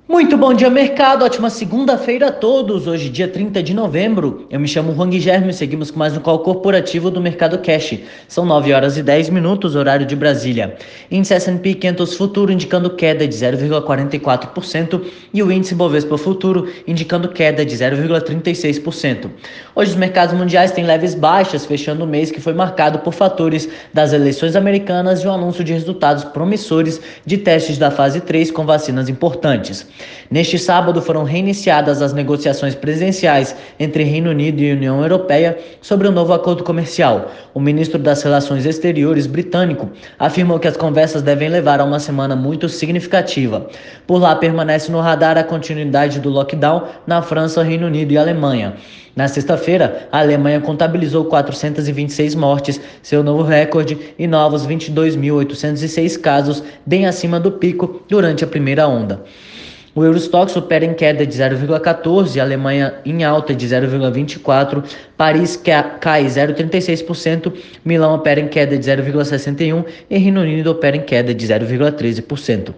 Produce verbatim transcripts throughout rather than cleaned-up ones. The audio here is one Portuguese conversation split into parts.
Muito bom dia, mercado. Ótima segunda-feira a todos. Hoje, dia trinta de novembro. Eu me chamo Juan Guilherme e seguimos com mais um call corporativo do Mercado Cash. São nove horas e dez minutos, horário de Brasília. Índice S and P quinhentos Futuro indicando queda de zero vírgula quarenta e quatro por cento e o índice Bovespa Futuro indicando queda de zero vírgula trinta e seis por cento. Hoje, os mercados mundiais têm leves baixas, fechando o mês que foi marcado por fatores das eleições americanas e o anúncio de resultados promissores de testes da fase três com vacinas importantes. Neste sábado foram reiniciadas as negociações presenciais entre Reino Unido e União Europeia sobre o novo acordo comercial. O ministro das Relações Exteriores britânico afirmou que as conversas devem levar a uma semana muito significativa. Por lá permanece no radar a continuidade do lockdown na França, Reino Unido e Alemanha. Na sexta-feira, a Alemanha contabilizou quatrocentas e vinte e seis mortes, seu novo recorde, e novos vinte e dois mil oitocentos e seis casos, bem acima do pico durante a primeira onda. O Eurostoxx opera em queda de zero vírgula quatorze, Alemanha em alta de zero vírgula vinte e quatro, Paris cai zero vírgula trinta e seis por cento, Milão opera em queda de zero vírgula sessenta e um e Reino Unido opera em queda de zero vírgula treze por cento.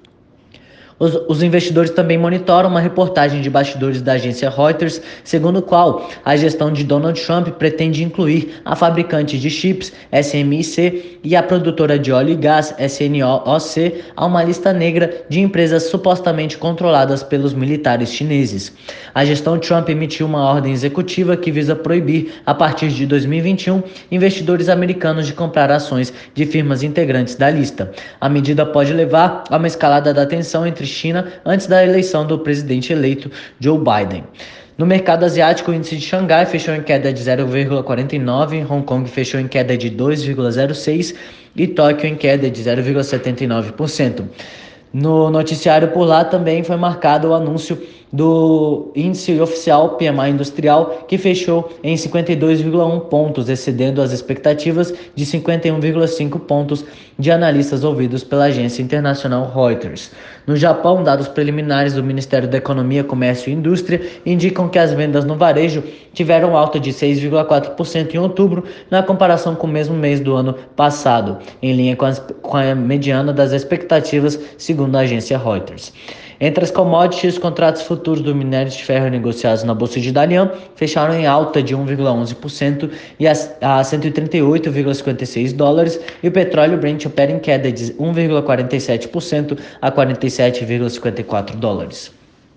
Os, os investidores também monitoram uma reportagem de bastidores da agência Reuters, segundo a qual a gestão de Donald Trump pretende incluir a fabricante de chips S M C e a produtora de óleo e gás S N O C a uma lista negra de empresas supostamente controladas pelos militares chineses. A gestão Trump emitiu uma ordem executiva que visa proibir, a partir de dois mil e vinte e um, investidores americanos de comprar ações de firmas integrantes da lista. A medida pode levar a uma escalada da tensão entre China antes da eleição do presidente eleito Joe Biden. No mercado asiático, o índice de Xangai fechou em queda de zero vírgula quarenta e nove, Hong Kong fechou em queda de dois vírgula zero seis e Tóquio em queda de zero vírgula setenta e nove por cento. No noticiário por lá também foi marcado o anúncio do índice oficial P M I industrial, que fechou em cinquenta e dois vírgula um pontos, excedendo as expectativas de cinquenta e um vírgula cinco pontos de analistas ouvidos pela agência internacional Reuters. No Japão, dados preliminares do Ministério da Economia, Comércio e Indústria indicam que as vendas no varejo tiveram alta de seis vírgula quatro por cento em outubro, na comparação com o mesmo mês do ano passado, em linha com, as, com a mediana das expectativas, segundo a agência Reuters. Entre as commodities, os contratos futuros do minério de ferro negociados na Bolsa de Dalian fecharam em alta de um vírgula onze por cento e a cento e trinta e oito vírgula cinquenta e seis dólares, e o petróleo Brent opera em queda de um vírgula quarenta e sete por cento a quarenta e sete vírgula cinquenta e quatro dólares.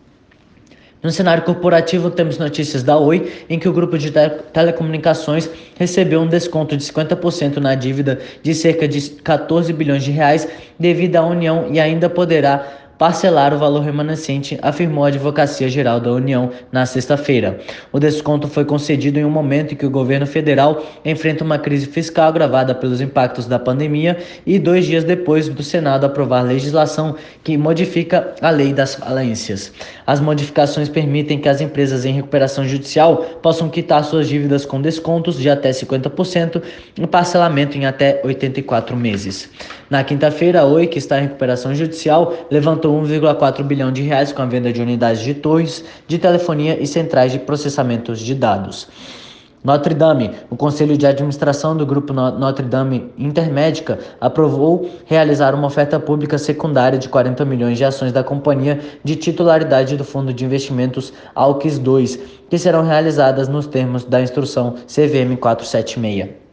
No cenário corporativo, temos notícias da Oi, em que o grupo de te- telecomunicações recebeu um desconto de cinquenta por cento na dívida de cerca de quatorze bilhões de reais devido à União e ainda poderá parcelar o valor remanescente, afirmou a Advocacia Geral da União na sexta-feira. O desconto foi concedido em um momento em que o governo federal enfrenta uma crise fiscal agravada pelos impactos da pandemia e dois dias depois do Senado aprovar legislação que modifica a lei das falências. As modificações permitem que as empresas em recuperação judicial possam quitar suas dívidas com descontos de até cinquenta por cento e parcelamento em até oitenta e quatro meses. Na quinta-feira, a Oi, que está em recuperação judicial, levantou um vírgula quatro bilhão de reais com a venda de unidades de torres de telefonia e centrais de processamento de dados. Notre Dame, o Conselho de Administração do Grupo Notre Dame Intermédica aprovou realizar uma oferta pública secundária de quarenta milhões de ações da companhia de titularidade do Fundo de Investimentos Alques dois, que serão realizadas nos termos da instrução C V M quatrocentos e setenta e seis.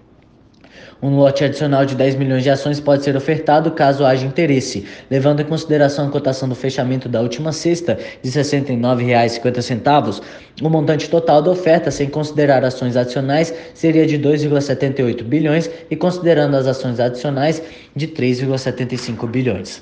Um lote adicional de dez milhões de ações pode ser ofertado caso haja interesse, levando em consideração a cotação do fechamento da última sexta de sessenta e nove reais e cinquenta centavos. O montante total da oferta, sem considerar ações adicionais, seria de dois vírgula setenta e oito bilhões e considerando as ações adicionais de três vírgula setenta e cinco bilhões.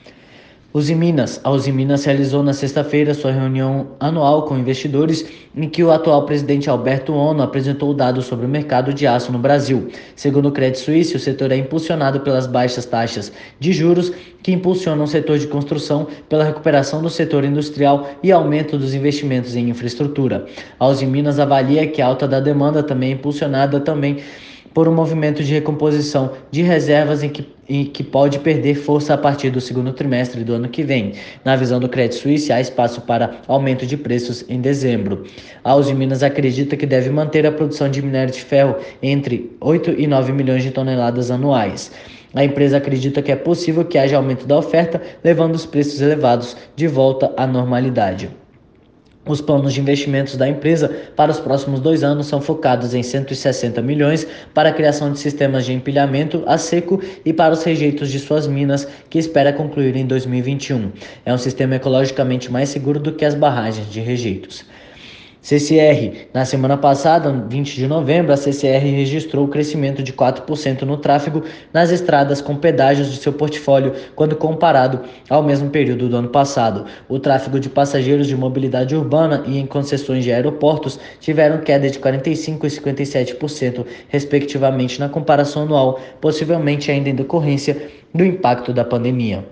Usiminas. A Usiminas realizou na sexta-feira sua reunião anual com investidores, em que o atual presidente Alberto Ono apresentou dados sobre o mercado de aço no Brasil. Segundo o Credit Suisse, o setor é impulsionado pelas baixas taxas de juros, que impulsionam o setor de construção, pela recuperação do setor industrial e aumento dos investimentos em infraestrutura. A Usiminas avalia que a alta da demanda também é impulsionada também por um movimento de recomposição de reservas em que, em que pode perder força a partir do segundo trimestre do ano que vem. Na visão do Credit Suisse, há espaço para aumento de preços em dezembro. A Usiminas acredita que deve manter a produção de minério de ferro entre oito e nove milhões de toneladas anuais. A empresa acredita que é possível que haja aumento da oferta, levando os preços elevados de volta à normalidade. Os planos de investimentos da empresa para os próximos dois anos são focados em cento e sessenta milhões para a criação de sistemas de empilhamento a seco e para os rejeitos de suas minas, que espera concluir em dois mil e vinte e um. É um sistema ecologicamente mais seguro do que as barragens de rejeitos. C C R. Na semana passada, vinte de novembro, a C C R registrou o crescimento de quatro por cento no tráfego nas estradas com pedágios de seu portfólio, quando comparado ao mesmo período do ano passado. O tráfego de passageiros de mobilidade urbana e em concessões de aeroportos tiveram queda de quarenta e cinco por cento e cinquenta e sete por cento, respectivamente, na comparação anual, possivelmente ainda em decorrência do impacto da pandemia.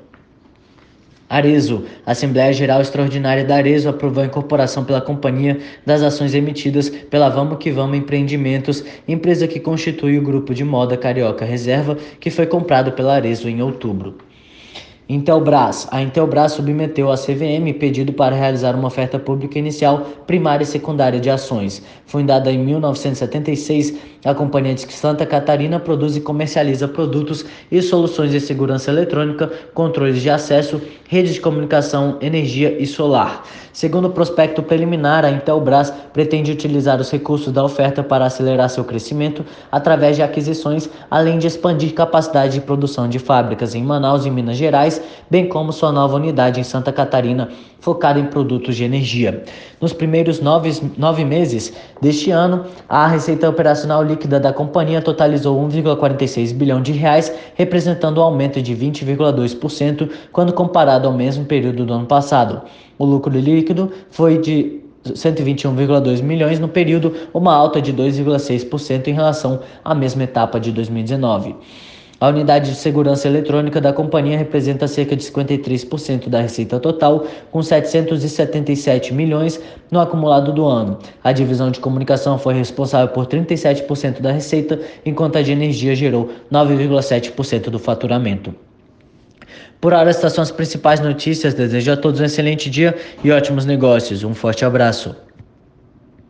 Arezzo. A Assembleia Geral Extraordinária da Arezzo aprovou a incorporação pela companhia das ações emitidas pela Vamos que Vamos Empreendimentos, empresa que constitui o grupo de moda Carioca Reserva, que foi comprado pela Arezzo em outubro. Intelbras. A Intelbras submeteu à C V M pedido para realizar uma oferta pública inicial, primária e secundária de ações. Fundada em mil novecentos e setenta e seis, a companhia de Santa Catarina produz e comercializa produtos e soluções de segurança eletrônica, controles de acesso, redes de comunicação, energia e solar. Segundo o prospecto preliminar, a Intelbras pretende utilizar os recursos da oferta para acelerar seu crescimento através de aquisições, além de expandir capacidade de produção de fábricas em Manaus e Minas Gerais, bem como sua nova unidade em Santa Catarina, focada em produtos de energia. Nos primeiros nove, nove meses deste ano, a receita operacional líquida da companhia totalizou um vírgula quarenta e seis bilhão de reais, representando um aumento de vinte vírgula dois por cento quando comparado ao mesmo período do ano passado. O lucro líquido foi de cento e vinte e um vírgula dois milhões no período, uma alta de dois vírgula seis por cento em relação à mesma etapa de dois mil e dezenove. A unidade de segurança eletrônica da companhia representa cerca de cinquenta e três por cento da receita total, com setecentos e setenta e sete milhões no acumulado do ano. A divisão de comunicação foi responsável por trinta e sete por cento da receita, enquanto a de energia gerou nove vírgula sete por cento do faturamento. Por hora, estas são as principais notícias. Desejo a todos um excelente dia e ótimos negócios. Um forte abraço.